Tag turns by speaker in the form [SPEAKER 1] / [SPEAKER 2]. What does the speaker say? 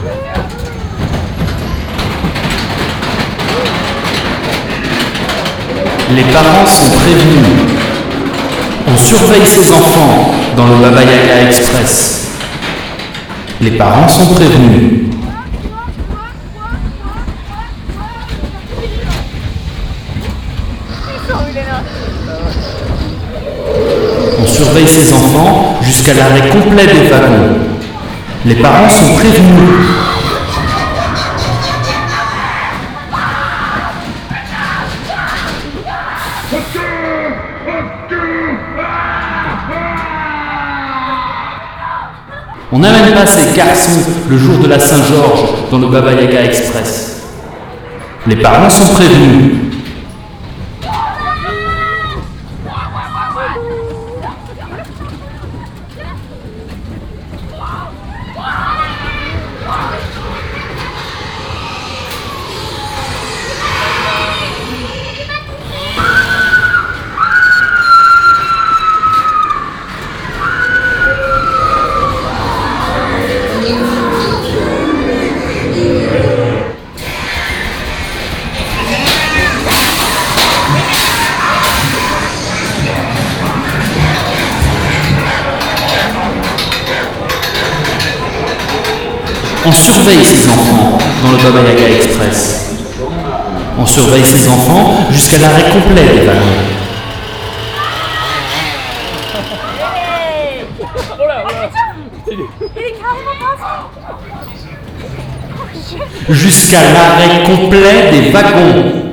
[SPEAKER 1] Les parents sont prévenus. On surveille ses enfants dans le Baba Yaga Express. Les parents sont prévenus. On surveille ses enfants jusqu'à l'arrêt complet des wagons. Les parents sont prévenus. On n'amène pas ces garçons le jour de la Saint-Georges dans le Baba Yaga Express. Les parents sont prévenus. On surveille ses enfants dans le Baba Yaga Express. On surveille ses enfants jusqu'à l'arrêt complet des wagons. Jusqu'à l'arrêt complet des wagons.